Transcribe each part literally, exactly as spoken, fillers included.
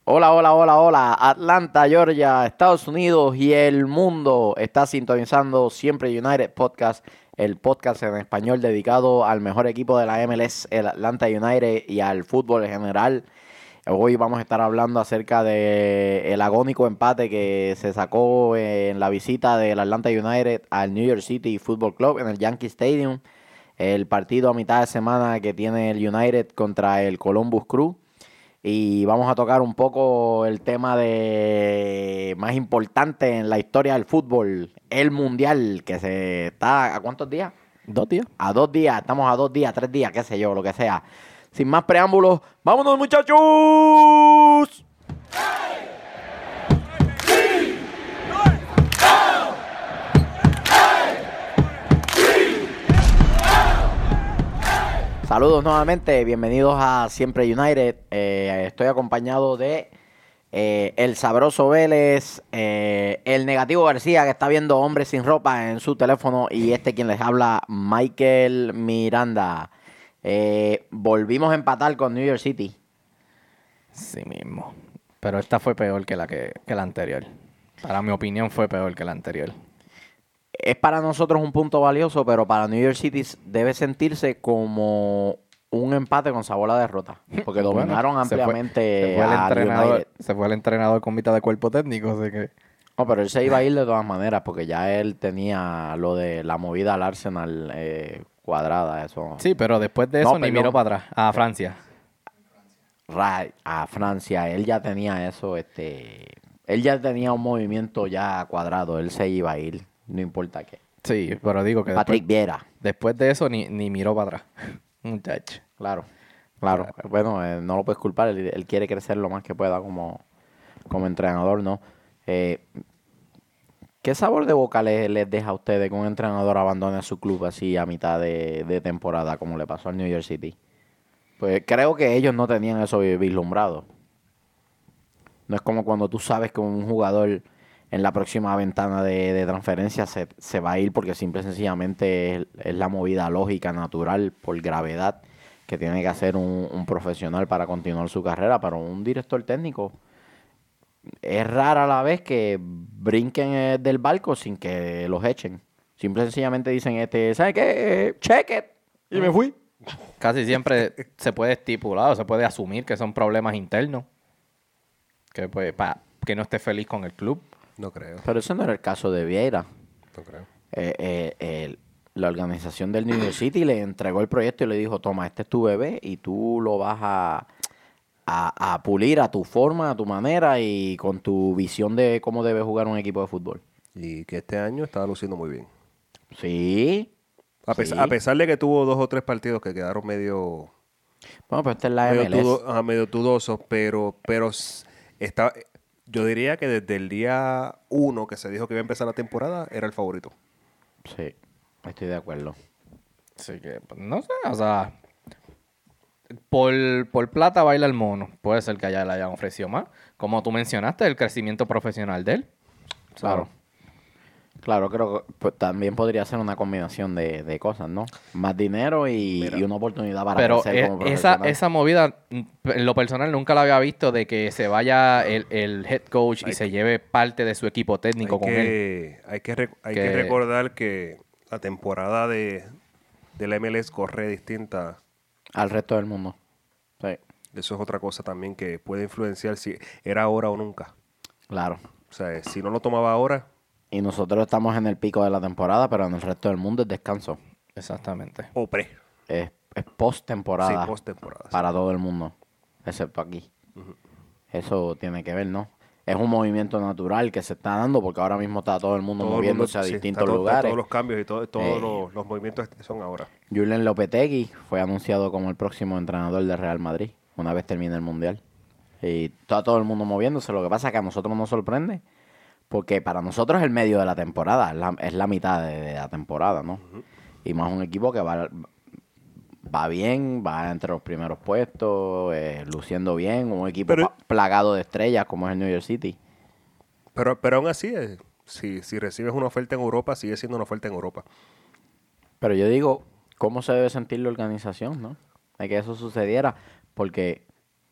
Hola, hola, hola, hola. Atlanta, Georgia, Estados Unidos y el mundo está sintonizando Siempre United Podcast, el podcast en español dedicado al mejor equipo de la M L S, el Atlanta United, y al fútbol en general. Hoy vamos a estar hablando acerca del agónico empate que se sacó en la visita del Atlanta United al New York City Football Club en el Yankee Stadium. El partido a mitad de semana que tiene el United contra el Columbus Crew. Y vamos a tocar un poco el tema de más importante en la historia del fútbol, el Mundial, que se está ¿a cuántos días? ¿Dos días? A dos días, estamos a dos días, tres días, qué sé yo, lo que sea. Sin más preámbulos, ¡vámonos, muchachos! Saludos nuevamente, bienvenidos a Siempre United. Eh, estoy acompañado de eh, el sabroso Vélez, eh, el negativo García, que está viendo Hombres sin Ropa en su teléfono, y este quien les habla, Michael Miranda. Eh, volvimos a empatar con New York City. Sí mismo. Pero esta fue peor que la que, que la anterior. Para mi opinión fue peor que la anterior. Es para nosotros un punto valioso, pero para New York City debe sentirse como un empate con sabor a derrota. Porque Bueno, dominaron se fue- ampliamente se fue el al entrenador, United. se fue el entrenador con mitad de cuerpo técnico, así que... No, pero él se iba a ir de todas maneras, porque ya él tenía lo de la movida al Arsenal eh, cuadrada, eso. Sí, pero después de No, eso ni perdón. miró para atrás. A Francia. Right, a Francia, él ya tenía eso, este, él ya tenía un movimiento ya cuadrado, él se iba a ir, no importa qué. Sí, pero digo que Patrick después, Vieira, después de eso ni, ni miró para atrás. Muchacho. claro, claro. Bueno, eh, no lo puedes culpar, él, él quiere crecer lo más que pueda como, como entrenador, ¿no? Eh, ¿Qué sabor de boca les, les deja a ustedes que un entrenador abandone su club así a mitad de, de temporada, como le pasó al New York City? Pues creo que ellos no tenían eso vislumbrado. No es como cuando tú sabes que un jugador en la próxima ventana de, de transferencia se, se va a ir porque simple y sencillamente es, es la movida lógica, natural, por gravedad, que tiene que hacer un, un profesional para continuar su carrera. Pero un director técnico es rara la vez que brinquen eh, del barco sin que los echen. Simple y sencillamente dicen, este, ¿sabes qué? Check it. Y me fui. Casi siempre se puede estipular o se puede asumir que son problemas internos. Que pues, pa, que no esté feliz con el club. No creo, Pero ese no era el caso de Vieira. no creo. eh, eh, eh, la organización del New York City le entregó el proyecto y le dijo, toma, este es tu bebé y tú lo vas a, a, a pulir a tu forma, a tu manera y con tu visión de cómo debe jugar un equipo de fútbol. Y que este año estaba luciendo muy bien. Sí. A, pes- Sí. a pesar de que tuvo dos o tres partidos que quedaron medio, Bueno, pero esta es la medio, M L S. dudo- ajá, medio dudosos, pero, pero s- está, yo diría que desde el día uno que se dijo que iba a empezar la temporada, era el favorito. Sí, estoy de acuerdo. Así que, pues, no sé, o sea, por, por plata baila el mono. Puede ser que allá le hayan ofrecido más. Como tú mencionaste, el crecimiento profesional de él. Claro. Claro, creo que pues, también podría ser una combinación de, de cosas, ¿no? Más dinero y, Mira. y una oportunidad para Pero crecer e- como esa, profesional. esa movida, mm, en lo personal, nunca la había visto de que se vaya el, el head coach y Hay se lleve parte de su equipo técnico Hay con él. que, hay, que, rec- hay que Que- recordar que la temporada de, de la M L S corre distinta. Al resto del mundo. Sí, Eso es otra cosa también que puede influenciar si era ahora o nunca. claro. O sea, si no lo tomaba ahora, Y nosotros estamos en el pico de la temporada, pero en el resto del mundo es descanso. Exactamente. o pre. Es, es post-temporada Sí, post-temporada, para sí. todo el mundo, excepto aquí. Eso tiene que ver, ¿no? Es un movimiento natural que se está dando porque ahora mismo está todo el mundo Todo el mundo, moviéndose a sí, distintos está todo- está lugares. todos los cambios y todo- todos Eh. los, los movimientos son ahora. Julen Lopetegui fue anunciado como el próximo entrenador de Real Madrid una vez termine el Mundial. Y está todo el mundo moviéndose. Lo que pasa es que a nosotros nos sorprende porque para nosotros es el medio de la temporada, es la, es la mitad de, de la temporada, ¿no? Y más un equipo que va, va bien, va entre los primeros puestos, eh, luciendo bien, un equipo Pero- pa- plagado de estrellas como es el New York City. Pero, pero aún así, eh, si, si recibes una oferta en Europa, sigue siendo una oferta en Europa. Pero yo digo, ¿cómo se debe sentir la organización, no? De que eso sucediera, porque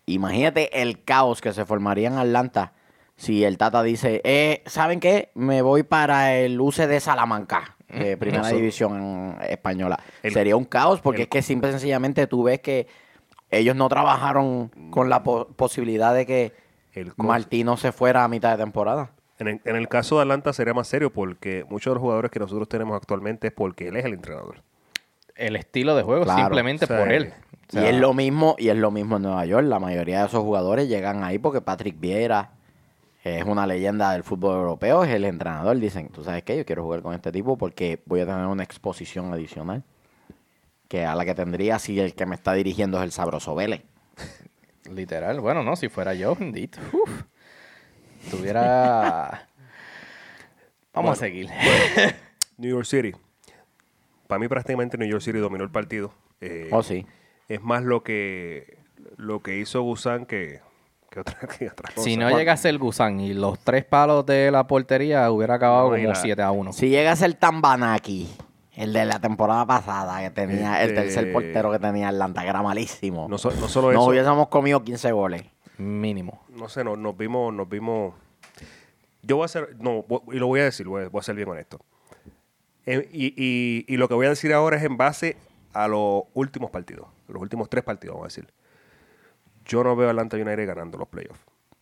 Imagínate el caos que se formaría en Atlanta si el Tata dice, eh, ¿saben qué? Me voy para el U C D Salamanca, de primera Nosotros- división española. El- Sería un caos porque el- es que simple y sencillamente tú ves que ellos no trabajaron con la po- posibilidad de que El costo. Martino se fuera a mitad de temporada. En el, en el caso de Atlanta sería más serio porque muchos de los jugadores que nosotros tenemos actualmente es porque él es el entrenador. El estilo de juego, Claro, simplemente o sea, por él. O y sea, es lo mismo, y es lo mismo en Nueva York. La mayoría de esos jugadores llegan ahí porque Patrick Vieira es una leyenda del fútbol europeo, es el entrenador. Dicen, ¿tú sabes qué? Yo quiero jugar con este tipo porque voy a tener una exposición adicional que a la que tendría si el que me está dirigiendo es el sabroso Vélez. literal. Bueno, no, si fuera yo, bendito. Uf. Tuviera... Vamos a seguir. New York City. Para mí prácticamente New York City dominó el partido. Eh, Oh, sí. Es más lo que lo que hizo Busan que, que, otra, que otra cosa. Si no llegase el Gusán y los tres palos de la portería, hubiera acabado No, y como la- siete a uno. Si llega a ser Tambanaki, el de la temporada pasada, que tenía el Este- tercer portero que tenía Atlanta, que era malísimo. No, so- no solo Nos eso, hubiésemos comido quince goles. Mínimo. no sé, no- nos vimos, nos vimos. Yo voy a hacer, no, voy- y lo voy a decir, voy a, voy a ser bien honesto. Eh, y, y- y lo que voy a decir ahora es en base a los últimos partidos, los últimos tres partidos, vamos a decir. Yo no veo a Atlanta United ganando los playoffs.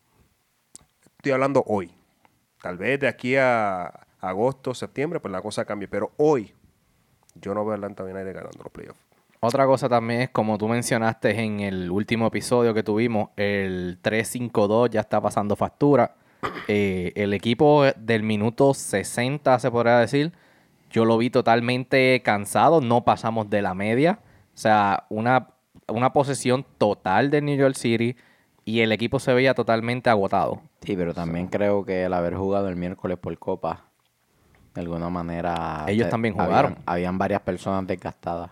Estoy hablando hoy. Tal vez de aquí a agosto, septiembre, pues la cosa cambie. Pero hoy, yo no veo a Atlanta United ganando los playoffs. Otra cosa también es, como tú mencionaste en el último episodio que tuvimos, el tres cinco dos ya está pasando factura. Eh, el equipo del minuto sesenta, se podría decir, yo lo vi totalmente cansado, no pasamos de la media. O sea, una, una posesión total de New York City y el equipo se veía totalmente agotado. Sí, pero también creo que el haber jugado el miércoles por Copa, de alguna manera... Ellos te- también habían- jugaron. Habían varias personas desgastadas.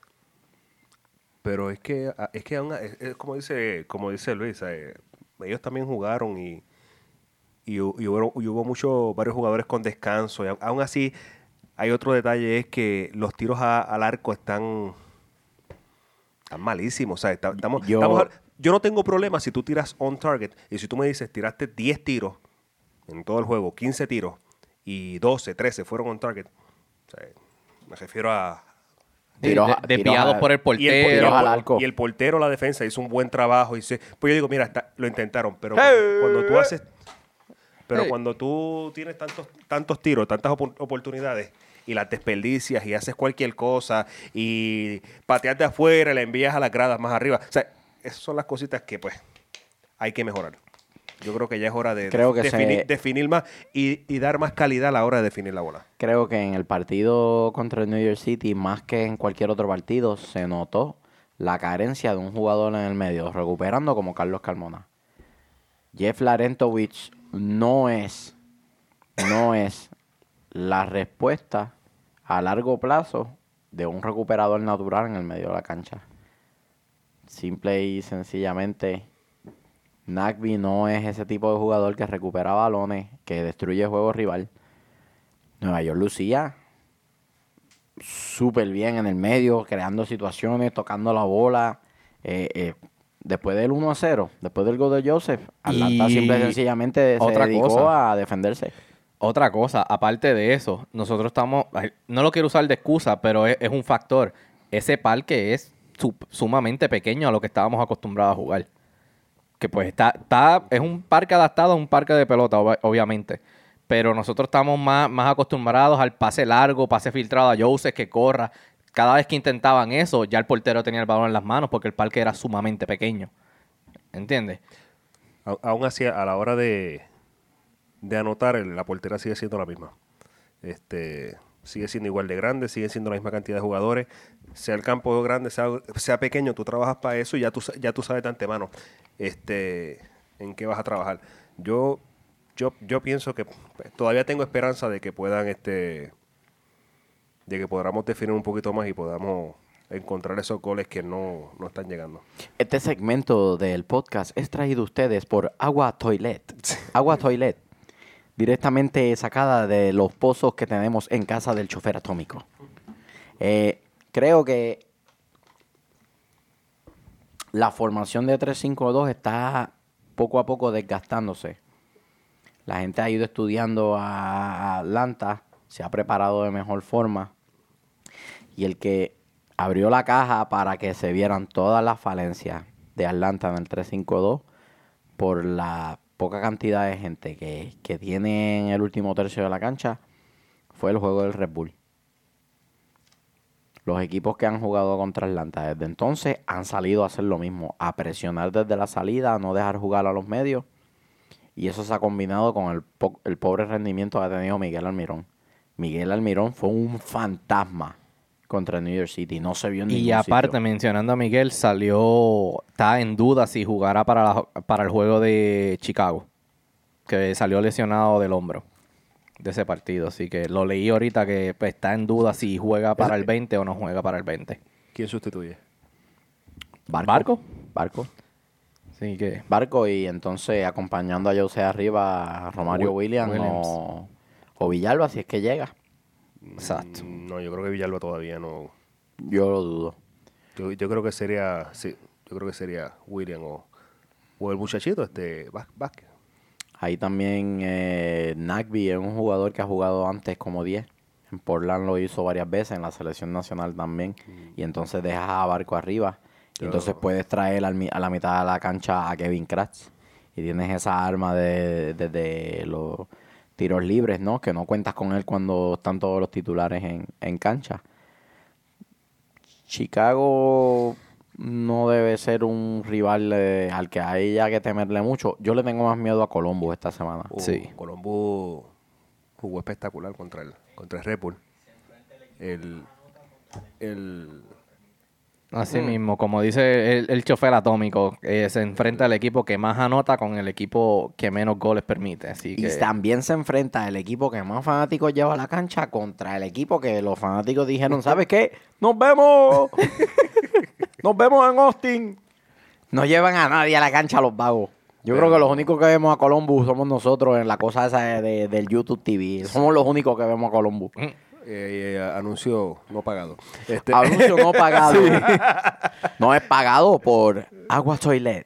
Pero es que, ah, es que aún- es- es como dice, como dice Luis, eh, ellos también jugaron y, y, hu- y hubo, y hubo muchos, varios jugadores con descanso. Y a- aún así, hay otro detalle, es que los tiros a- al arco están, están malísimos. O sea, está- estamos, Yo- estamos a- yo no tengo problema si tú tiras on target y si tú me dices tiraste diez tiros en todo el juego, quince tiros y doce, trece fueron on target. O sea, me refiero a, Tiros De- a- desviados tiros a- por el y el, portero. portero, Tiros al arco. y el portero, la defensa, hizo un buen trabajo. Y se, pues yo digo, mira, está- lo intentaron, pero cuando, cuando tú haces. Pero Hey. cuando tú tienes tantos, tantos tiros, tantas opo- oportunidades y las desperdicias y haces cualquier cosa y pateas de afuera y la envías a las gradas más arriba. O sea, esas son las cositas que, pues, hay que mejorar. Yo creo que ya es hora de Creo que definir, se- definir más y, y dar más calidad a la hora de definir la bola. Creo que en el partido contra el New York City, más que en cualquier otro partido, se notó la carencia de un jugador en el medio, recuperando como Carlos Carmona. Jeff Larentovich no es, no es la respuesta a largo plazo de un recuperador natural en el medio de la cancha. Simple y sencillamente, Nagby no es ese tipo de jugador que recupera balones, que destruye el juego rival. Nueva York lucía súper bien en el medio, creando situaciones, tocando la bola. Eh, eh, después del uno a cero, después del gol de Joseph, Atlanta Y simple y sencillamente se otra dedicó cosa. a defenderse. Otra cosa, aparte de eso, nosotros estamos, ay, no lo quiero usar de excusa, pero es, es un factor. Ese parque es su- sumamente pequeño a lo que estábamos acostumbrados a jugar. Que pues está, está, es un parque adaptado a un parque de pelota, ob- obviamente. Pero nosotros estamos más, más acostumbrados al pase largo, pase filtrado a Joseph que corra. Cada vez que intentaban eso, ya el portero tenía el balón en las manos porque el parque era sumamente pequeño. ¿Entiendes? A- aún así, a la hora de, de anotar, el- la portera sigue siendo la misma. Este, sigue siendo igual de grande, sigue siendo la misma cantidad de jugadores. Sea el campo grande, sea, sea pequeño, tú trabajas para eso y ya tú, sa- ya tú sabes de antemano este, en qué vas a trabajar. Yo, yo, yo pienso que pues, todavía tengo esperanza de que puedan, este, de que podamos definir un poquito más y podamos encontrar esos goles que no, no están llegando. Este segmento del podcast es traído a ustedes por Agua Toilet. Agua Toilet, directamente sacada de los pozos que tenemos en casa del chofer atómico. Eh, creo que la formación de tres cinco dos está poco a poco desgastándose. La gente ha ido estudiando a Atlanta, se ha preparado de mejor forma. Y el que abrió la caja para que se vieran todas las falencias de Atlanta en el tres cinco dos por la poca cantidad de gente que, que tiene en el último tercio de la cancha fue el juego del Red Bull. Los equipos que han jugado contra Atlanta desde entonces han salido a hacer lo mismo, a presionar desde la salida, a no dejar jugar a los medios. Y eso se ha combinado con el, po el pobre rendimiento que ha tenido Miguel Almirón. Miguel Almirón fue un fantasma contra New York City. No se vio en ningún Y aparte, sitio. mencionando a Miguel, salió... Está en duda si jugará para, la, para el juego de Chicago. Que salió lesionado del hombro de ese partido. Así que lo leí ahorita que pues, está en duda si juega para el veinte o no juega para el veinte. ¿Quién sustituye? Barco. ¿Barco? Barco. Así que... Barco y entonces acompañando a José arriba, a Romario Wi- Williams, Williams. O, o Villalba, si es que llega. Exacto. Mm, No, yo creo que Villalba todavía no. Yo lo dudo. Yo, yo creo que sería, sí, yo creo que sería William o, o el muchachito, este Vá- Vázquez. Ahí también eh, Nagby es un jugador que ha jugado antes como diez. En Portland lo hizo varias veces, en la selección nacional también. Y entonces dejas a Barco arriba. Y entonces puedes traer al mi- a la mitad de la cancha a Kevin Kratz. Y tienes esa arma de, de- de los tiros libres, ¿no? Que no cuentas con él cuando están todos los titulares en, en cancha. Chicago no debe ser un rival eh, al que haya que temerle mucho. Yo le tengo más miedo a Columbus esta semana. O Sí. Colombo jugó espectacular contra el, contra el Red Bull. El, el, Así mismo, como dice el, el chofer atómico, eh, se enfrenta al equipo que más anota con el equipo que menos goles permite. Así Y que también se enfrenta el equipo que más fanáticos lleva a la cancha contra el equipo que los fanáticos dijeron, ¿sabes qué? ¡Nos vemos! ¡Nos vemos en Austin! No llevan a nadie a la cancha los vagos. Yo creo que los únicos que vemos a Columbus somos nosotros en la cosa esa de, de- del YouTube T V. Somos los únicos que vemos a Columbus. eh, eh, anuncio no pagado. Este, Anuncio no pagado. No es pagado por Agua Toilet.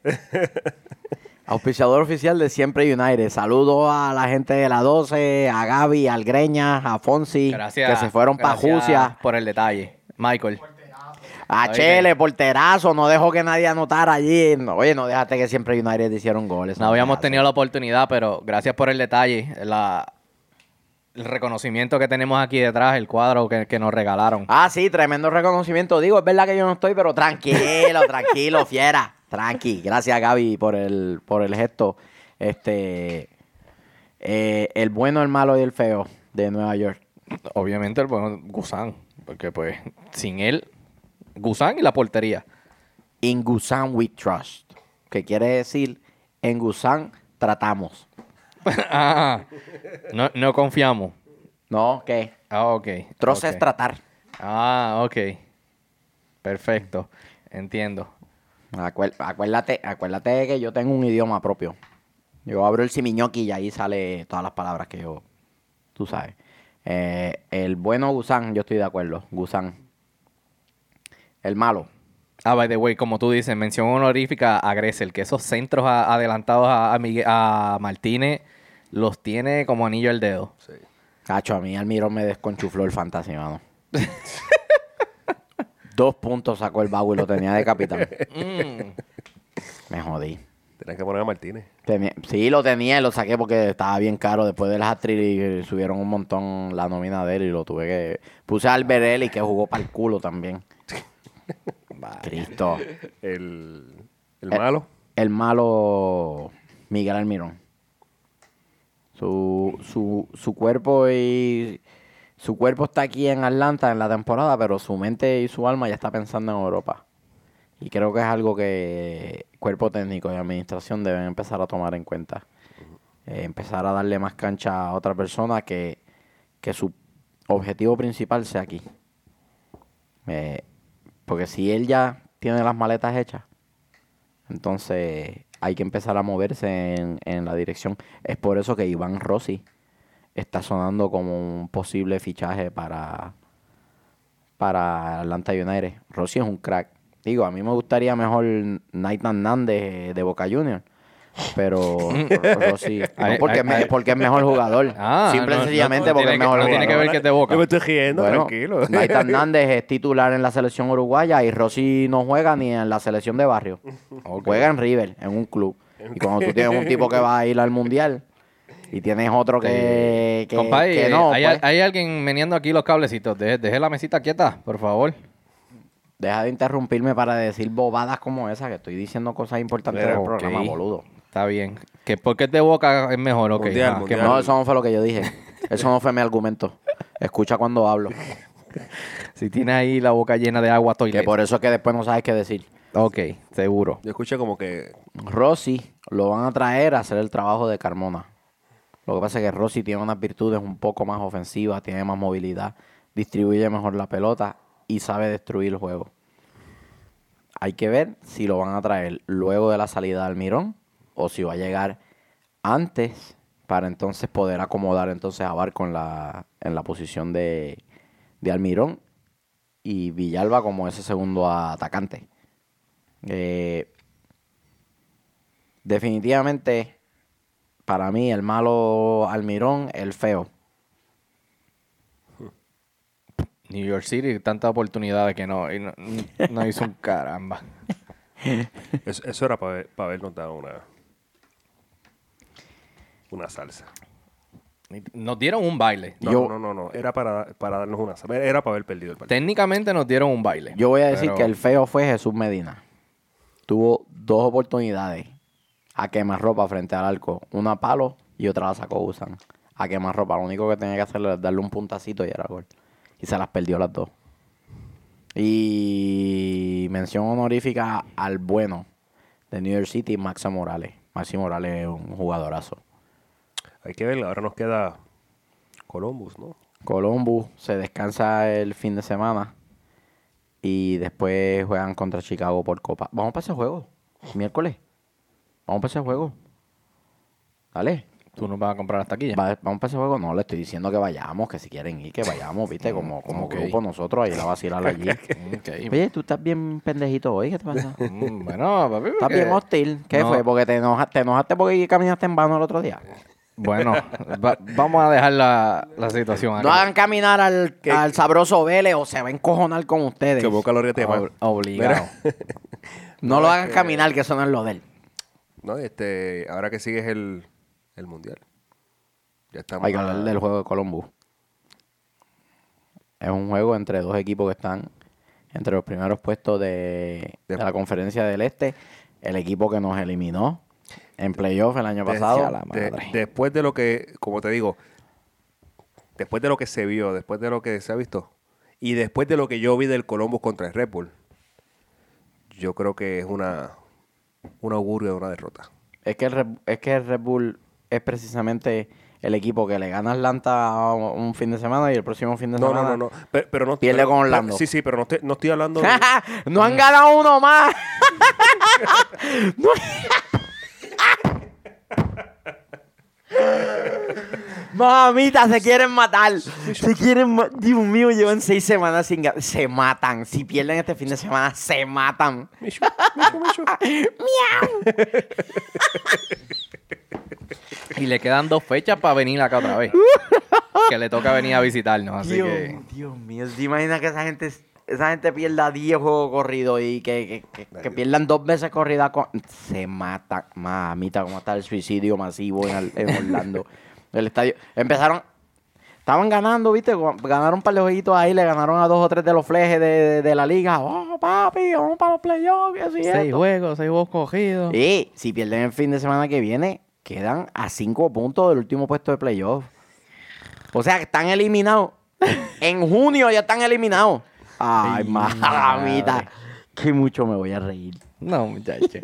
Auspiciador oficial de Siempre United. Saludos a la gente de la doce, a Gaby, al Greñas, a Fonsi, gracias, que se fueron para gracias Jucia. por el detalle. Michael. A Oye. Chele, porterazo, no dejó que nadie anotara allí. No, oye, no dejaste que Siempre United hicieron goles. No habíamos tenido la oportunidad, pero gracias por el detalle. La, el reconocimiento que tenemos aquí detrás, el cuadro que, que nos regalaron. Ah, sí, tremendo reconocimiento. Digo, es verdad que yo no estoy, pero tranquilo, tranquilo, fiera. Tranqui. Gracias, Gaby, por el, por el gesto. Este, eh, el bueno, el malo y el feo de Nueva York. Obviamente el bueno Gusán, porque pues sin él, Gusán y la portería. In Gusan we trust. Que quiere decir, en Gusan tratamos. Ah, no, no confiamos. No, ¿qué? Ah, ok. Trust ok. es tratar. Ah, ok. Perfecto. Entiendo. Acuér- acuérdate, acuérdate que yo tengo un idioma propio. Yo abro el simiñoki y ahí sale todas las palabras que yo, tú sabes. Eh, el bueno Gusan, yo estoy de acuerdo. Gusan. El malo. Ah, by the way, como tú dices, mención honorífica a Gressel, que esos centros a- adelantados a, a, Migue- a Martínez los tiene como anillo al dedo. sí. Cacho, a mí Almirón me desconchufló el fantasy, mano. Dos puntos sacó el bago y lo tenía de capitán. Mm. Me jodí. Tenían que poner a Martínez. Tenía- sí, lo tenía y lo saqué porque estaba bien caro. Después de las actrices subieron un montón la nómina de él y lo tuve que... Puse a Alberelli que jugó para el culo también. Cristo. El, el Eh, malo. El malo Miguel Almirón. Su, su, su cuerpo y... Su cuerpo está aquí en Atlanta en la temporada, pero su mente y su alma ya está pensando en Europa. Y creo que es algo que cuerpo técnico y administración deben empezar a tomar en cuenta. Eh, empezar a darle más cancha a otra persona que, que su objetivo principal sea aquí. Eh, porque si él ya tiene las maletas hechas, entonces hay que empezar a moverse en, en la dirección. Es por eso que Iván Rossi está sonando como un posible fichaje para, para Atlanta United. Rossi es un crack. Digo, a mí me gustaría mejor Nathan Nández de Boca Juniors. Pero Rossi, no Ay, porque, ay, me- ay. porque es mejor jugador. Ah, Simple y no, sencillamente no, no porque es tiene que- mejor no jugador. tiene que ver que es de Boca. Yo me estoy riendo, Bueno, tranquilo. Nathan Nández es titular en la selección uruguaya y Rossi no juega ni en la selección de barrio. Ok. Juega en River, en un club. Y cuando tú tienes un tipo que va a ir al mundial y tienes otro que, que, Compadre, que no, hay, pues, hay alguien meneando aquí los cablecitos. Deje, deje la mesita quieta, por favor. deja de interrumpirme para decir bobadas como esa, que estoy diciendo cosas importantes Mira, del ok. programa, boludo. Está bien. ¿Que ¿Por qué es de Boca es mejor? Ok. Mundial, ah, ¿qué mundial. más? No, eso no fue lo que yo dije. Eso no fue mi argumento. Escucha cuando hablo. Si tienes ahí la boca llena de agua, toilet. Que por eso es que después no sabes qué decir. Ok, seguro. Yo escuché como que Rossi lo van a traer a hacer el trabajo de Carmona. Lo que pasa es que Rossi tiene unas virtudes un poco más ofensivas, tiene más movilidad, distribuye mejor la pelota y sabe destruir el juego. Hay que ver si lo van a traer luego de la salida de Almirón o si va a llegar antes para entonces poder acomodar entonces a Barco en la, en la posición de, de Almirón y Villalba como ese segundo atacante. Eh, definitivamente, para mí, el malo Almirón, el feo. New York City, tantas oportunidades que no, y no, no hizo un caramba. eso, eso era para habernos dado una, una salsa. Nos dieron un baile. No, Yo- no, no, no. Era para, para darnos una salsa. Era para haber perdido el partido. Técnicamente nos dieron un baile. Yo voy a decir Pero- que el feo fue Jesús Medina. Tuvo dos oportunidades a quemarropa frente al arco. Una a palo y otra la sacó Usan. A quemarropa. Lo único que tenía que hacer era darle un puntacito y era gol. Y se las perdió las dos. Y mención honorífica al bueno de New York City, Maxi Morales. Maxi Morales es un jugadorazo. Hay que ver, ahora nos queda Columbus, ¿no? Columbus se descansa el fin de semana y después juegan contra Chicago por Copa. Vamos para ese juego, miércoles. Vamos para ese juego. Dale. Tú nos vas a comprar las taquillas. Va- vamos para ese juego. No, le estoy diciendo que vayamos, que si quieren ir, que vayamos, viste, como, como Ok. grupo nosotros, ahí la vacilar allí. Ok. Oye, tú estás bien pendejito hoy, ¿qué te pasa? Mm, bueno, papi, Estás porque- bien hostil. ¿Qué No. fue? Porque te enojaste, te enojaste porque caminaste en vano el otro día. Bueno, va- vamos a dejar la, la situación aquí. No hagan caminar al, al sabroso Vélez o se va a encojonar con ustedes. Que Boca lo ríe Ob- obligado. No lo hagan caminar, que eso no es lo de él. No, este, ahora que sigue es el, el Mundial. Ya estamos. Hay que a- hablar del juego de Columbus. Es un juego entre dos equipos que están entre los primeros puestos de, de la conferencia del Este. El equipo que nos eliminó en playoff el año de- pasado. de- después de lo que, como te digo, después de lo que se vio, después de lo que se ha visto, y después de lo que yo vi del Columbus contra el Red Bull, yo creo que es una un augurio de una derrota. Es que, el Red, es que el Red Bull es precisamente el equipo que le gana a Atlanta un fin de semana y el próximo fin de No, semana... no, no, no. Pero, pero no Pierde pero- con Orlando. Sí, sí, pero no estoy, no estoy hablando de... ¡No han ganado uno más! No- Mamita, se quieren matar. Se quieren ma- Dios mío, llevan seis semanas sin ganar. Se matan. Si pierden este fin de semana, se matan. Michu, Michu, Michu. Y le quedan dos fechas para venir acá otra vez. Que le toca venir a visitarnos. Así Dios, que. Dios mío, ¿te imaginas que esa gente, esa gente pierda diez juegos corridos y que, que, que- que pierdan dos veces corrida? Con... Se mata, mamita, cómo está el suicidio masivo en, Al- en Orlando. El estadio, empezaron, estaban ganando, ¿viste? Ganaron un par de jueguitos ahí, le ganaron a dos o tres de los flejes de, de- de la liga. Oh, papi, vamos para los playoffs y así y Seis esto. juegos, seis juegos cogidos. Y si pierden el fin de semana que viene, quedan a cinco puntos del último puesto de playoff. O sea, que están eliminados. En junio ya están eliminados. Ay, Ay, mamita. madre. Que mucho me voy a reír. No, muchacho.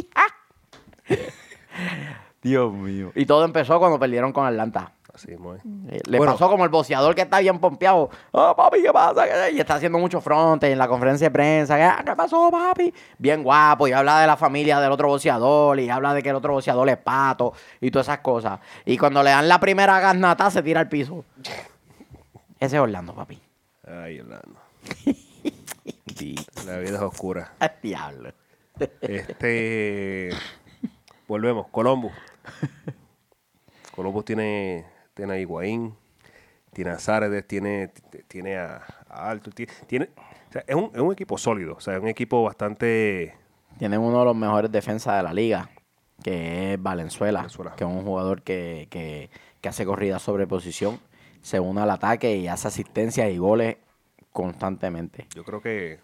Dios mío. Y todo empezó cuando perdieron con Atlanta. Así mismo, ¿eh? Eh, Le Bueno. pasó como el boceador que está bien pompeado. Oh, papi, ¿qué pasa? Y está haciendo mucho fronte en la conferencia de prensa. ¿Qué, ¿Qué pasó, papi? Bien guapo. Y habla de la familia del otro boceador. Y habla de que el otro boceador es pato. Y todas esas cosas. Y cuando le dan la primera garnata, se tira al piso. Ese es Orlando, papi. Ay, Orlando. La vida es oscura. ¡Al diablo! Este. Volvemos. Columbus. Columbus tiene, tiene a Higuaín, tiene a Sardes, tiene, tiene a, a Alto. Tiene, tiene, o sea, es, un, es un equipo sólido. O sea, es un equipo bastante. Tienen uno de los mejores defensas de la liga, que es Valenzuela, Valenzuela. que es un jugador que, que, que hace corridas sobre posición, se une al ataque y hace asistencias y goles constantemente. Yo creo que.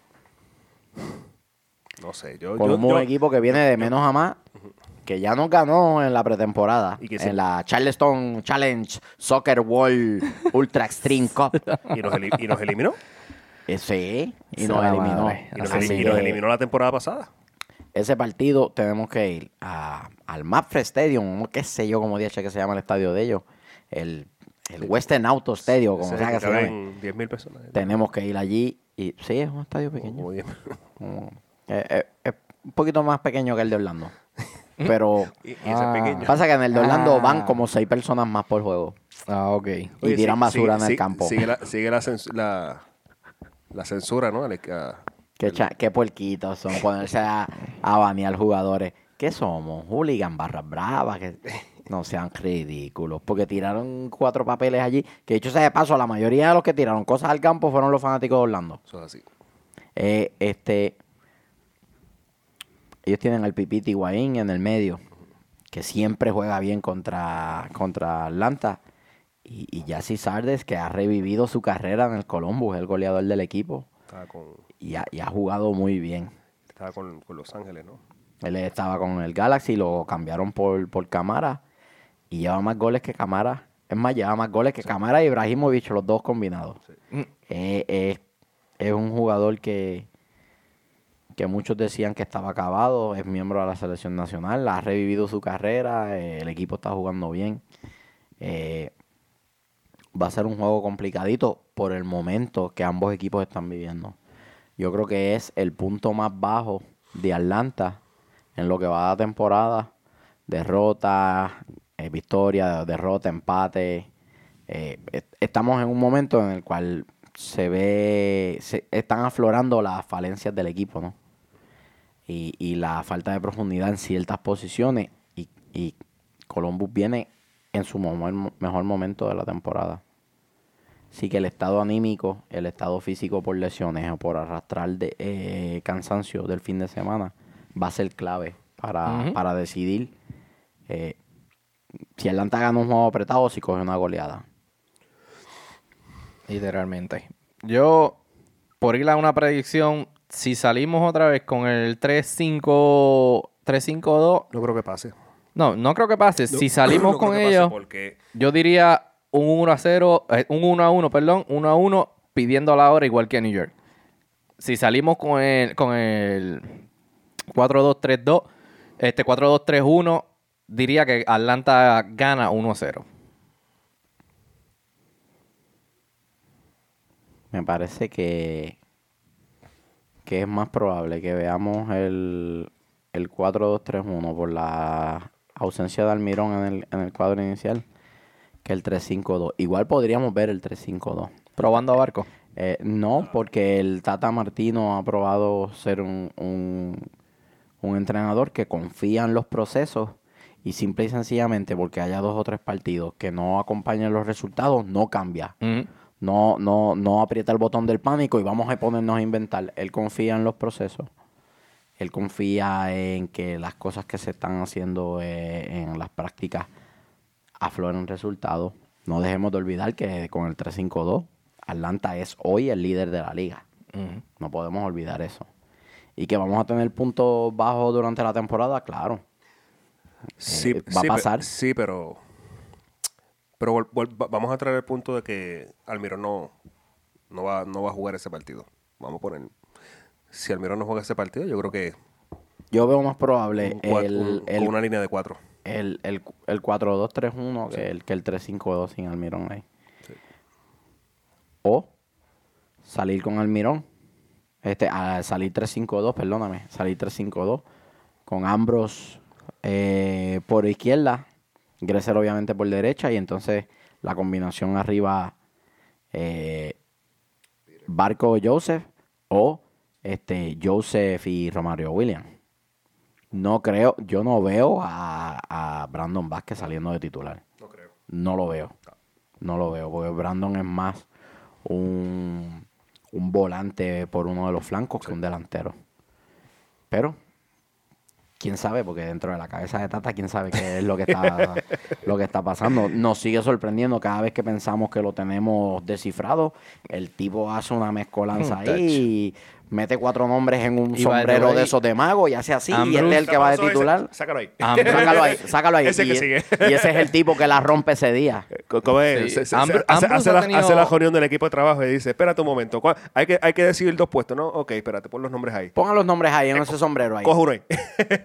No sé. Yo, Como yo, un yo- equipo que viene de menos a más, que ya nos ganó en la pretemporada, Y que en se- la Charleston Challenge Soccer World Ultra Extreme Cup. y, nos, eli- y nos eliminó. Eh, sí, y Sea nos la eliminó. madre. Y nos, Así eli- y nos que eliminó la temporada pasada. ese partido tenemos que ir a- al Mapfre Stadium, qué sé yo cómo dije que se llama el estadio de ellos, el, el Western Auto Stadium, como Ese sea que que se llame. caben diez mil personas. Tenemos que ir allí y sí, es un estadio pequeño. Como diez- Como- eh, eh, es un poquito más pequeño que el de Orlando. Pero y, y ese Ah. es pequeño. pasa que en el de Orlando Ah. van como seis personas más por juego. Ah, ok. Y Oye, tiran sí- basura sigue- en el sigue- campo. Sigue la, sigue la, cens- la, la censura, ¿no? Ale- a- Qué, cha- qué puerquitos son ponerse a, a banear jugadores. ¿Qué somos? Hooligan, barras bravas. Que no sean ridículos. Porque tiraron cuatro papeles allí. Que dicho sea de paso, la mayoría de los que tiraron cosas al campo fueron los fanáticos de Orlando. Eso es así. Eh, este, ellos tienen al Pipiti Higuaín en el medio, que siempre juega bien contra, contra Atlanta. Y, y Yassi Sardes, que ha revivido su carrera en el Columbus, el goleador del equipo. Estaba con, Y ha, y ha jugado muy bien. estaba con, con Los Ángeles, ¿no? Él estaba con el Galaxy, lo cambiaron por, por Camara. Y lleva más goles que Camara. Es más, lleva más goles que Camara y Ibrahimovic, los dos combinados. Sí. Eh, eh, es un jugador que, que muchos decían que estaba acabado, es miembro de la selección nacional, ha revivido su carrera, eh, el equipo está jugando bien. Eh, va a ser un juego complicadito por el momento que ambos equipos están viviendo. Yo creo que es el punto más bajo de Atlanta en lo que va de la temporada. Derrota, eh, victoria, derrota, empate. Eh, est- estamos en un momento en el cual se ve, se están aflorando las falencias del equipo, ¿no? Y, y la falta de profundidad en ciertas posiciones. Y, y Columbus viene en su mo- mejor momento de la temporada. Así que el estado anímico, el estado físico por lesiones o por arrastrar de, eh, cansancio del fin de semana va a ser clave para, Ujú. para decidir eh, si Atlanta gana un juego apretado o si coge una goleada. Literalmente. Yo, por ir a una predicción, si salimos otra vez con el tres cinco dos, No creo que pase. no, no creo que pase. Si salimos No creo con que pase ellos, Porque yo diría un uno a cero, eh, un uno a uno, perdón, uno a uno pidiendo la hora igual que New York. Si salimos con el, con el cuatro dos tres dos, este cuatro dos tres uno, diría que Atlanta gana uno a cero. Me parece que, que es más probable que veamos el, el cuatro dos tres uno por la ausencia de Almirón en el, en el cuadro inicial que el tres cinco dos. Igual podríamos ver el tres cinco dos. Probando a Barco. Eh, no, porque el Tata Martino ha probado ser un, un, un entrenador que confía en los procesos y simple y sencillamente porque haya dos o tres partidos que no acompañen los resultados, no cambia. Ujú. No, no, no aprieta el botón del pánico y vamos a ponernos a inventar. Él confía en los procesos. Él confía en que las cosas que se están haciendo eh, en las prácticas afloren resultados. No dejemos de olvidar que con el tres cinco dos, Atlanta es hoy el líder de la liga. Ujú. No podemos olvidar eso. Y que vamos a tener puntos bajos durante la temporada, claro. sí, Eh, va a sí, pe- pasar. Sí, pero... Pero vol- vol- va- vamos a traer el punto de que Almirón no, no, va, no va a jugar ese partido. Vamos a poner... Si Almirón no juega ese partido, yo creo que... Yo veo más probable un cua- el, un- el, con una línea de cuatro. el, el, el cuatro dos tres uno que, el, que el tres cinco dos sin Almirón ahí. Sí. O salir con Almirón. Este, a salir tres cinco dos, perdóname. Salir tres cinco dos. Con Ambros eh, por izquierda. Gressel obviamente por derecha. Y entonces la combinación arriba eh, Barco Joseph. O este, Joseph y Romario Williams. No creo, yo no veo a, a Brandon Vázquez saliendo de titular. No creo. No lo veo. No lo veo, porque Brandon es más un, un volante por uno de los flancos sí. que un delantero. Pero, quién sabe, porque dentro de la cabeza de Tata, quién sabe qué es lo que está, lo que está pasando. Nos sigue sorprendiendo cada vez que pensamos que lo tenemos descifrado. El tipo hace una mezcolanza ahí y mete cuatro nombres en un y sombrero de, de esos de mago y hace así. Ambrose, y este es el que va de titular. Ese, sácalo ahí. Sácalo ahí, sácalo ahí. Ese y, que sigue. Y ese es el tipo que la rompe ese día. ¿Cómo es? Sí. Se, se, Ambr hace, hace, la, tenido... hace la reunión del equipo de trabajo y dice, espérate un momento, hay que, hay que decidir dos puestos, ¿no? Ok, espérate, pon los nombres ahí. Pongan los nombres ahí en eh, ese sombrero ahí. Coge uno ahí.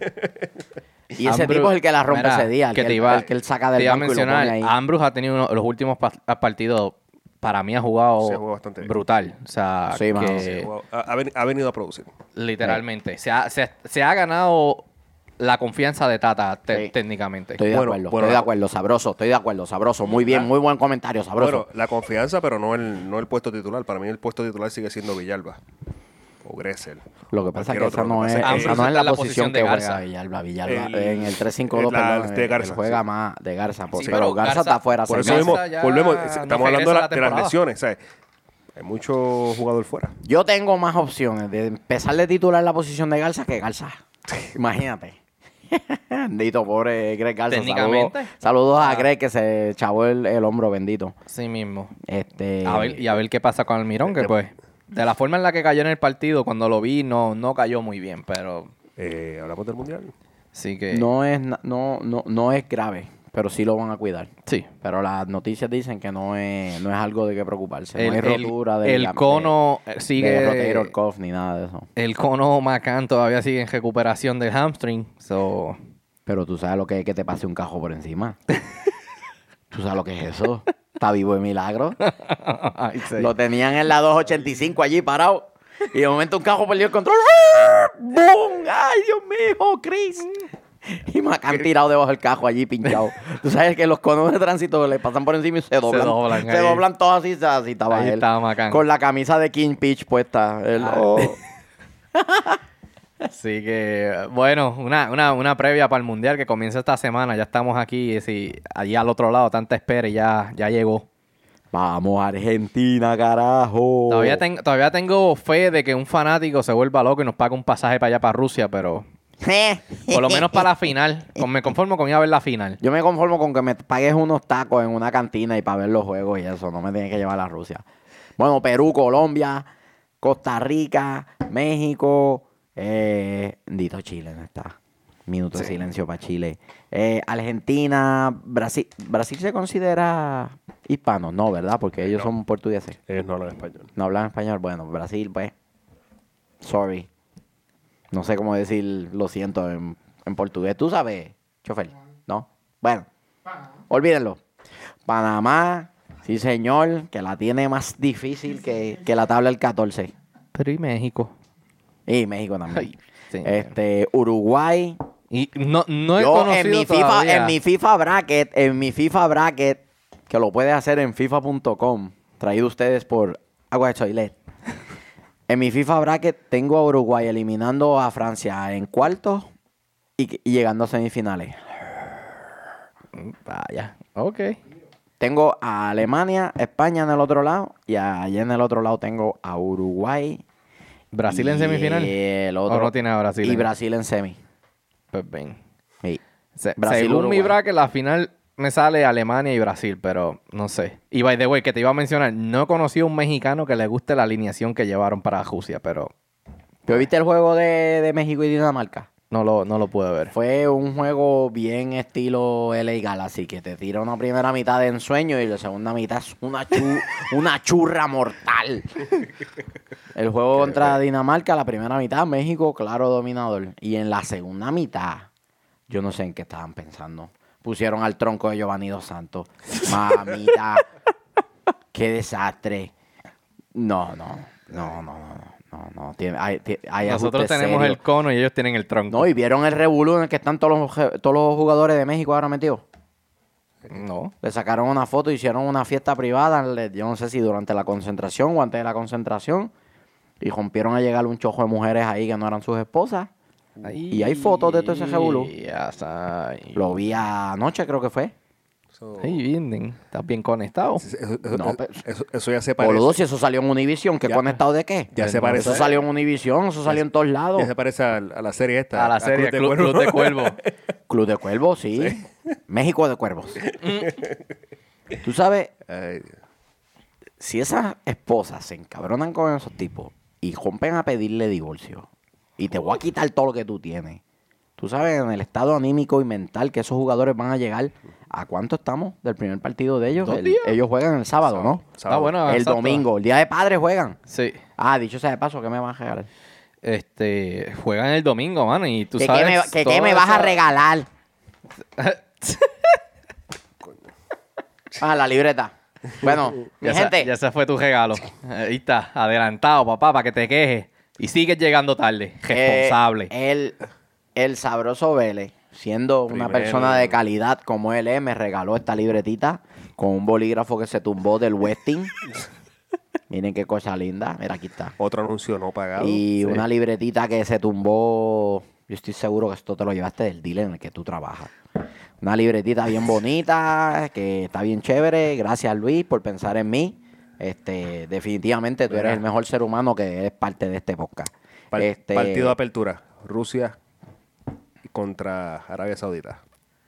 Y ese Ambrose, tipo es el que la rompe mira, ese día, el que, que, iba, el que él saca del banco y lo pone ahí. Ambrose ha tenido uno, los últimos partidos, para mí ha jugado, ha brutal. O sea, sí, que sí, ha, jugado, ha, ha venido a producir. Literalmente. Sí. Se, ha, se, se ha ganado la confianza de Tata te, sí. técnicamente. Estoy de bueno, acuerdo, bueno, estoy de acuerdo, sabroso, estoy de acuerdo, sabroso. Muy bien, la, muy buen comentario, sabroso. Bueno, la confianza, pero no el, no el puesto titular. Para mí el puesto titular sigue siendo Villalba. O Gressel. Lo que pasa es que esa no es, esa no es la, la posición que juega Villalba. Villalba el, en el tres cinco dos perdón, de Garza, él juega sí. más de Garza. Sí, pero, pero Garza, Garza está afuera. Por eso mismo, volvemos, estamos hablando de, la, de las lesiones. ¿Sabes? Hay mucho jugador fuera. Yo tengo más opciones de empezar de titular la posición de Garza que Garza. Imagínate. Bendito, pobre Greg Garza. Técnicamente. Saludos, saludos ah. a Greg que se chavó el, el hombro bendito. Sí mismo. Este... A ver, y a ver qué pasa con Almirón, que pues... De la forma en la que cayó en el partido, cuando lo vi, no, no cayó muy bien, pero... Eh, ¿Hablamos del Mundial? Sí que... No es, no, no, no es grave, pero sí lo van a cuidar. Sí. Pero las noticias dicen que no es, no es algo de qué preocuparse. El, no hay rotura el, de... El la, cono de, sigue... De rotator cuff ni nada de eso. El cono Macán todavía sigue en recuperación del hamstring, so... Pero tú sabes lo que es que te pase un cajo por encima. ¿Tú sabes lo que es eso? Está vivo de milagro. Ay, sí. Lo tenían en la dos ochenta y cinco allí parado. Y de momento un cajo perdió el control. ¡Bum! ¡Ay, Dios mío, Chris! Y me han tirado debajo del cajo allí pinchado. Tú sabes que los conos de tránsito le pasan por encima y se doblan. Se doblan, se doblan todos así. Así estaba ahí él. Estaba Macán. Con la camisa de King Peach puesta. Él, oh. Así que, bueno, una, una, una previa para el Mundial que comienza esta semana. Ya estamos aquí, y si, allí al otro lado, tanta espera y ya, ya llegó. Vamos, Argentina, carajo. Todavía, ten, todavía tengo fe de que un fanático se vuelva loco y nos pague un pasaje para allá, para Rusia, pero... por lo menos para la final. Con, me conformo con ir a ver la final. Yo me conformo con que me pagues unos tacos en una cantina y para ver los juegos y eso. No me tienes que llevar a Rusia. Bueno, Perú, Colombia, Costa Rica, México... Eh, Dito Chile no está. Minuto sí. de silencio para Chile. Eh, Argentina, Brasil. ¿Brasil se considera hispano? No, ¿verdad? Porque ellos no. son portugueses. Ellos no hablan español. No hablan español. Bueno, Brasil, pues. Sorry. No sé cómo decir lo siento en, en portugués. ¿Tú sabes, chofer? ¿No? Bueno, olvídenlo. Panamá, sí señor, que la tiene más difícil que, que la tabla del catorce. Pero ¿y México? Y México también. Ay, sí, este, Uruguay. Y no, no he Yo conocido en mi todavía. FIFA, en mi FIFA bracket, en mi FIFA bracket, que lo puedes hacer en FIFA punto com, traído ustedes por Agua de Choilet. En mi FIFA bracket tengo a Uruguay eliminando a Francia en cuartos y, y llegando a semifinales. Vaya, ok. Tengo a Alemania, España en el otro lado y allá en el otro lado tengo a Uruguay. ¿Brasil en semifinal? El otro, ¿O no tiene a Brasil? Y Brasil en semi. Pues bien. Sí. Se, Brasil, según Uruguay. mi bracket, la final me sale Alemania y Brasil, pero no sé. Y by the way, que te iba a mencionar, no he conocido a un mexicano que le guste la alineación que llevaron para Rusia, pero... ¿Pero viste el juego de, de México y Dinamarca? No lo, no lo pude ver. Fue un juego bien estilo L A Galaxy, que te tira una primera mitad de ensueño y la segunda mitad es una, chu una churra mortal. El juego contra Dinamarca, la primera mitad, México, claro, dominador. Y en la segunda mitad, yo no sé en qué estaban pensando. Pusieron al tronco de Giovanni Dos Santos. Mamita, qué desastre. No, no, no, no, no. No, no, tiene, hay, hay Nosotros tenemos serio. el cono y ellos tienen el tronco. No, ¿y vieron el revolú en el que están todos los, todos los jugadores de México ahora metidos? No. Le sacaron una foto, hicieron una fiesta privada, yo no sé si durante la concentración o antes de la concentración, Y rompieron a llegar un chojo de mujeres ahí que no eran sus esposas. Ay, Y hay fotos de todo ese revolú. ya sabes. Lo vi anoche, creo que fue. Eso, Hey, bien, estás bien conectado. eso, eso- No, pero- eso- eso ya se parece. Boludo, si eso salió en Univision, ¿qué Ya. conectado de qué? Ya se parece. Eso salió en Univision, eso salió en todos lados. Ya se parece a, a la serie esta. A la serie Club Club, Club de Cuervo. Club de Cuervos, sí. México de Cuervos. Tú sabes, Ay, Dios. si esas esposas se encabronan con esos tipos y rompen a pedirle divorcio y te voy a quitar todo lo que tú tienes, tú sabes en el estado anímico y mental que esos jugadores van a llegar. ¿A cuánto estamos del primer partido de ellos? Dos El- días. ellos juegan el sábado, ¿no? Ah, bueno, El exacto. domingo, el día de padres juegan. Sí. Ah, dicho sea de paso, ¿qué me van a regalar? Este, juegan el domingo, mano, y tú ¿Qué, sabes... qué me, que- qué toda me vas a esa- regalar? Ah, la libreta. Bueno, mi Ya, se- gente, ya se fue tu regalo. Ahí está, adelantado, papá, para que te quejes. Y sigues llegando tarde. Responsable. eh, el, el sabroso Vélez, siendo una Primero. persona de calidad como él es, me regaló esta libretita con un bolígrafo que se tumbó del Westin. Miren qué cosa linda. Mira, aquí está. Otro anuncio no pagado. Y Sí. una libretita que se tumbó. Yo estoy seguro que esto te lo llevaste del dealer en el que tú trabajas. Una libretita bien bonita, que está bien chévere. Gracias, Luis, por pensar en mí. Este, definitivamente tú Mira. eres el mejor ser humano que es parte de este podcast. Par- Este, Partido de apertura. Rusia contra Arabia Saudita.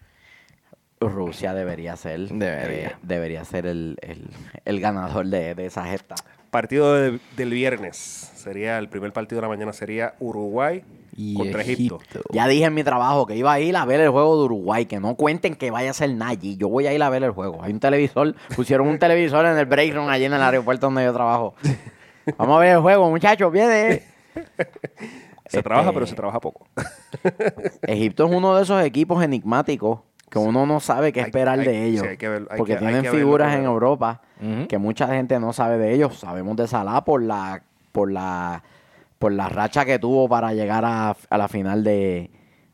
Rusia debería ser. Debería. eh, debería ser el, el- el ganador de, de esa gesta. Partido de- del viernes. Sería el primer partido de la mañana. Sería Uruguay Y contra Egipto. Egipto. Ya dije en mi trabajo que iba a ir a ver el juego de Uruguay, que no cuenten que vaya a ser Nayi. Yo voy a ir a ver el juego. Hay un televisor, pusieron un televisor en el break room allí en el aeropuerto donde yo trabajo. Vamos a ver el juego, muchachos, viene. Se Este, trabaja, pero se trabaja poco. Egipto es uno de esos equipos enigmáticos que uno no sabe qué Hay- esperar hay- de ellos. sí, hay que ver- hay porque que- hay tienen que verlo figuras en primero. Europa Ujú. que mucha gente no sabe de ellos. Sabemos de Salah por la, por la, por la racha que tuvo para llegar a, a la final de,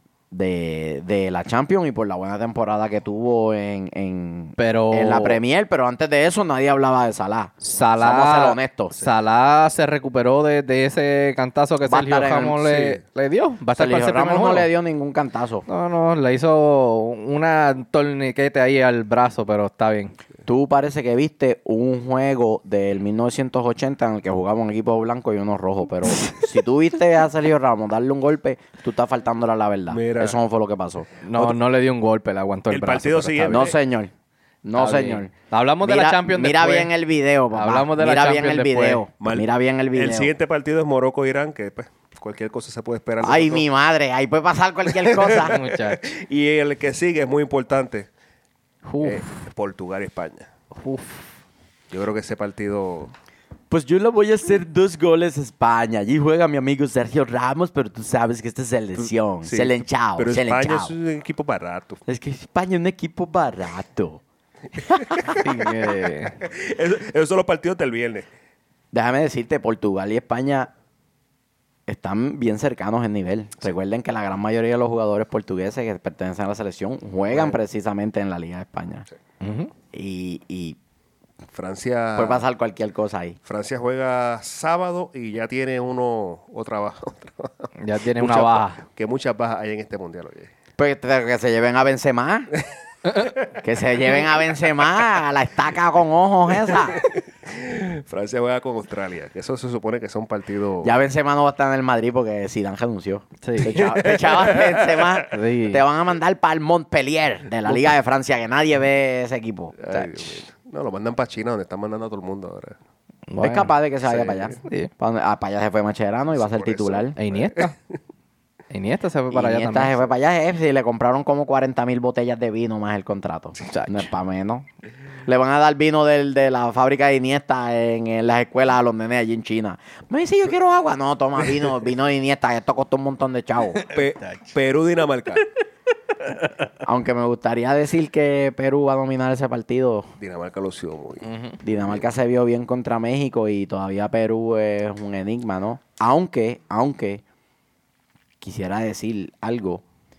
de, de la Champions y por la buena temporada que tuvo en, en, Pero- en la Premier. Pero antes de eso nadie hablaba de Salah. Salah, Vamos a ser honestos. Salah se recuperó de, de ese cantazo que Va a Sergio estar en el- Ramos le, sí. le dio. Va a estar para Sergio ese primer Ramos no juego. le dio ningún cantazo. No, no, le hizo una torniquete ahí al brazo, pero está bien. Tú parece que viste un juego del mil novecientos ochenta en el que jugaba un equipo blanco y uno rojo, pero si tú viste a Sergio Ramos darle un golpe, tú estás faltándole a la verdad. Mira. Eso no fue lo que pasó. No, no le dio un golpe, le aguantó el, El brazo. partido pero está siguiente- bien. No, señor. No, Está señor. bien. Hablamos de la Champions Mira después. bien el video, papá. Hablamos de la Mira bien Champions el después. video. Mal- Mira bien el video. El siguiente partido es Morocco-Irán, que pues, cualquier cosa se puede esperar. Ay, Nosotros- mi madre. Ahí puede pasar cualquier cosa. Muchacho. Y el que sigue es muy importante. Uf, eh, Portugal y España. uf. Yo creo que ese partido... Pues yo le voy a hacer dos goles a España. Allí juega mi amigo Sergio Ramos, pero tú sabes que esta es selección. Sí, Selenchao. Pero España Selenchao. es un equipo barato. Es que España es un equipo barato. Sí, que- Eso- Esos son los partidos del viernes. Déjame decirte, Portugal y España están bien cercanos en nivel. Recuerden que la gran mayoría de los jugadores portugueses que pertenecen a la selección juegan precisamente en la Liga de España. Ujú. Y, y Francia... puede pasar cualquier cosa ahí. Francia juega sábado y ya tiene uno otra baja. otra baja. Ya tiene Muchas una ba- baja. Que muchas bajas hay en este mundial. Oye. Pues que que se lleven a Benzema. Que se lleven a Benzema a la estaca con ojos esa. Francia juega con Australia. Que eso se supone que son partidos... Ya Benzema no va a estar en el Madrid porque Zidane renunció. Sí. Te echaba- te echabas Benzema, Sí. te van a mandar para el Montpellier de la Liga de Francia, que nadie ve ese equipo. Ay, Dios mío. No, lo mandan para China, donde están mandando a todo el mundo ahora. Bueno, Es capaz de que se vaya sí. para allá. Sí. Para, donde- ah, para allá se fue Macherano y va a ser Por eso. titular. E Iniesta. Iniesta se fue para allá y esta también. se fue para allá, eh, sí, le compraron como cuarenta mil botellas de vino más el contrato. No es para menos. Le van a dar vino del, de la fábrica de Iniesta en, en las escuelas a los nenes allí en China. Me dice, yo quiero agua. No, toma vino, vino de Iniesta, que esto costó un montón de chavos. Pe- Perú-Dinamarca. Aunque me gustaría decir que Perú va a dominar ese partido. Dinamarca lució muy... Ujú. Dinamarca se vio bien contra México y todavía Perú es un enigma, ¿no? Aunque, aunque, quisiera decir algo.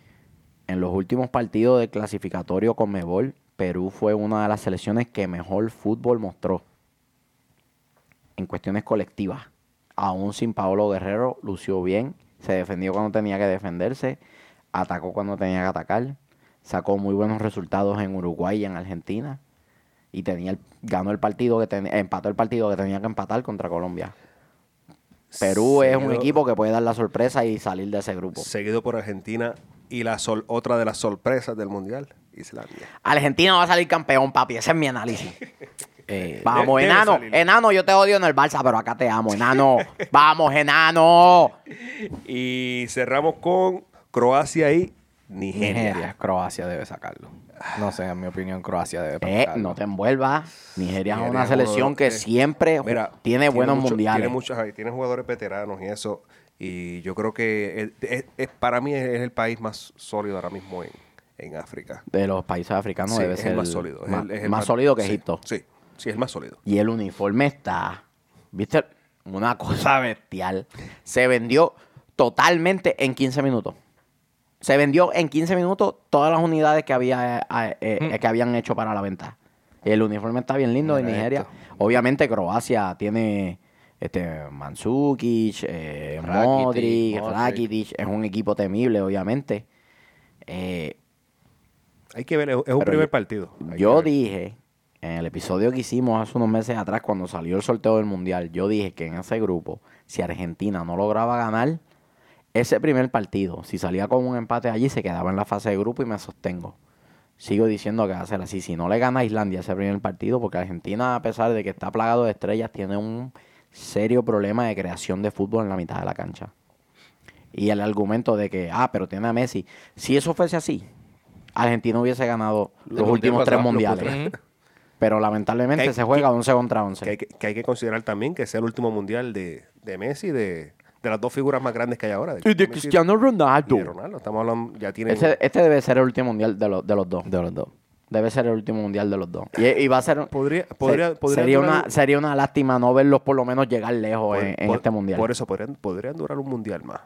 En los últimos partidos del clasificatorio Conmebol, Perú fue una de las selecciones que mejor fútbol mostró. En cuestiones colectivas. aún sin Paolo Guerrero, lució bien. Se defendió cuando tenía que defenderse. Atacó cuando tenía que atacar. Sacó muy buenos resultados en Uruguay y en Argentina. Y tenía el- ganó el partido que tenía, empató el partido que tenía que empatar contra Colombia. Perú es un Seguido- equipo que puede dar la sorpresa y salir de ese grupo. Seguido por Argentina y la sol, otra de las sorpresas del Mundial, Islandia. Argentina va a salir campeón, papi. Ese es mi análisis. Eh, Vamos, debe enano. salir. Enano, yo te odio en el Barça, pero acá te amo, enano. Vamos, enano. Y cerramos con Croacia y Nigeria. Nigeria, Croacia debe sacarlo. No sé, en mi opinión, Croacia debe Eh, sacarlo. no te envuelvas. Nigeria es Nigeria una es uno de selección los que que- siempre ju- Mira, tiene buenos mucho- mundiales. Tiene, muchos, ahí, tiene jugadores veteranos y eso. Y yo creo que es- es- es- para mí es, es el país más sólido ahora mismo en, en África. De los países africanos Sí, debe es ser el más sólido. es ma- el- es el más sólido que sí, Egipto. Sí, sí, es el más sólido. Y el uniforme está, ¿viste? Una cosa bestial. Se vendió totalmente en quince minutos. Se vendió en quince minutos todas las unidades que había eh, eh, que habían hecho para la venta. El uniforme está bien lindo de Correcto. Nigeria. Obviamente Croacia tiene este Mandzukic, eh, Rakitic, Modric, Modric. Rakitic. Es un equipo temible, obviamente. Eh, Hay que ver, es es un Pero primer yo- partido. Hay Yo que ver. dije, en el episodio que hicimos hace unos meses atrás, cuando salió el sorteo del Mundial, yo dije que en ese grupo, si Argentina no lograba ganar ese primer partido, si salía con un empate allí, se quedaba en la fase de grupo y me sostengo. Sigo diciendo que va a ser así. Si no le gana a Islandia ese primer partido, porque Argentina, a pesar de que está plagado de estrellas, tiene un serio problema de creación de fútbol en la mitad de la cancha. Y el argumento de que, ah, pero tiene a Messi. Si eso fuese así, Argentina hubiese ganado los, Los últimos mundiales tres pasados, los mundiales. Ujú. Pero lamentablemente Que hay- se juega que- once contra once. Que hay que, que hay que considerar también que sea el último mundial de, de Messi, de, de las dos figuras más grandes que hay ahora. y de Messi Cristiano y Ronaldo. de Ronaldo. Estamos hablando, ya tienen... Ese- este debe ser el último mundial de, los de los dos. De los dos. Debe ser el último mundial de los dos. Y, y va a ser... Podría, se- podría, podría sería, durar una, un- sería una lástima no verlos por lo menos llegar lejos por- en, en por- este mundial. Por eso podrían, podrían durar un mundial más.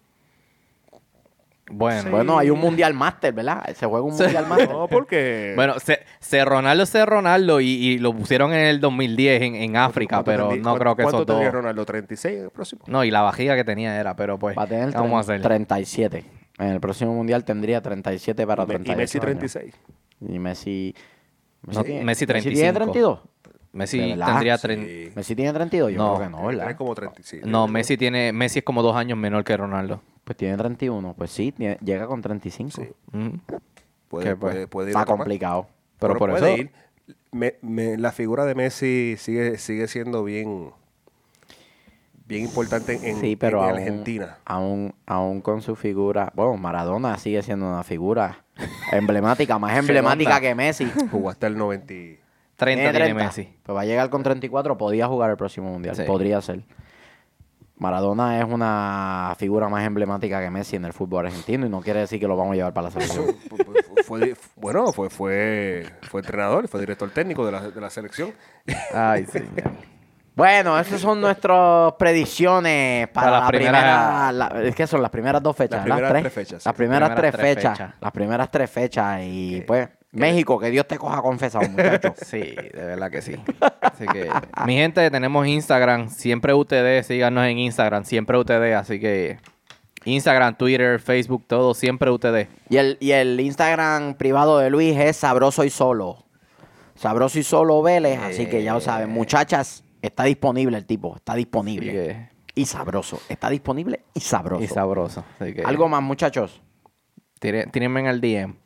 Bueno, Bueno, hay un mundial máster, ¿verdad? Se juega un mundial máster. No, porque... bueno, se, se Ronaldo se Ronaldo y, y lo pusieron en el dos mil diez en, en África, ¿cuánto pero tendría- no creo que ¿Cuánto esos dos... tendría Ronaldo? ¿treinta y seis en el próximo? No, y la vajiga que tenía era, pero pues, Va a tener ¿qué vamos a hacer? treinta y siete. En el próximo mundial tendría treinta y siete para Y Me- treinta y y Messi ocho treinta y años. seis. Y Messi... No, Messi treinta y tiene cinco. treinta y dos? Messi ¿De verdad? tendría... Sí. tren- ¿Messi tiene treinta y dos? Yo No. creo que no, ¿verdad? Tiene como treinta y seis. No, Messi tiene... Messi es como dos años menor que Ronaldo. Pues tiene treinta y uno. Pues sí, tiene- llega con treinta y cinco. Sí. Ujú. Puede, ¿Qué, pues? puede, puede ir Está a tomar. complicado. Pero Pero por puede eso- ir. Me- me- la figura de Messi sigue, sigue siendo bien, bien importante en, Sí, pero en aún, Argentina. Aún, aún con su figura... Bueno, Maradona sigue siendo una figura emblemática, más emblemática Fenómena. que Messi. Jugó hasta el noventa. y- treinta tiene Messi. Pues va a llegar con treinta y cuatro, podía jugar el próximo mundial. Sí. Podría ser. Maradona es una figura más emblemática que Messi en el fútbol argentino y no quiere decir que lo vamos a llevar para la selección. Fue- fue- fue- bueno, fue, fue, fue entrenador, fue director técnico de la, de la selección. Ay, señor. Bueno, esas son nuestras predicciones para, Para las la primeras- primera... la- es que son las primeras dos fechas, Las ¿verdad? primeras tres, tres fechas, sí. Las primeras, Primeras tres, tres fechas, fechas. Las primeras tres fechas. Y pues, México, que Dios te coja confesado, muchachos. Sí, de verdad que sí. Así que, mi gente, tenemos Instagram, siempre U T D, síganos en Instagram, siempre U T D, así que Instagram, Twitter, Facebook, todo, siempre U T D. Y el, y el Instagram privado de Luis es Sabroso y Solo. Sabroso y Solo Vélez, así que ya lo saben. Muchachas, está disponible el tipo, está Así disponible. que- Y sabroso, está disponible y sabroso. y sabroso. Así que, Algo más, muchachos. tire- tírenme en el D M.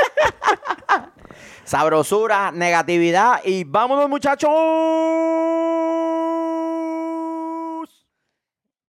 Sabrosura, negatividad y vámonos, muchachos.